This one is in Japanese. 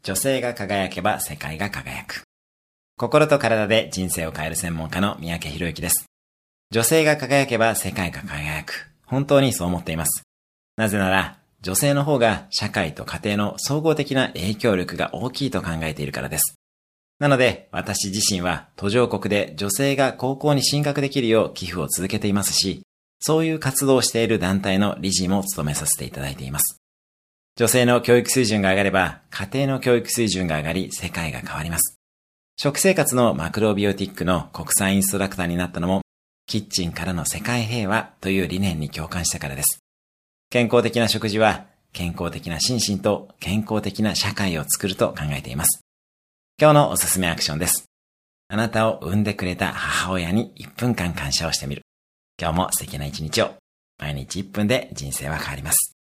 女性が輝けば世界が輝く。心と体で人生を変える専門家の三宅宏之です。女性が輝けば世界が輝く。本当にそう思っています。なぜなら、女性の方が社会と家庭の総合的な影響力が大きいと考えているからです。なので、私自身は途上国で女性が高校に進学できるよう寄付を続けていますし、そういう活動をしている団体の理事も務めさせていただいています。女性の教育水準が上がれば、家庭の教育水準が上がり、世界が変わります。食生活のマクロビオティックの国際インストラクターになったのも、キッチンからの世界平和という理念に共感したからです。健康的な食事は、健康的な心身と健康的な社会を作ると考えています。今日のおすすめアクションです。あなたを産んでくれた母親に1分間感謝をしてみる。今日も素敵な一日を。毎日1分で人生は変わります。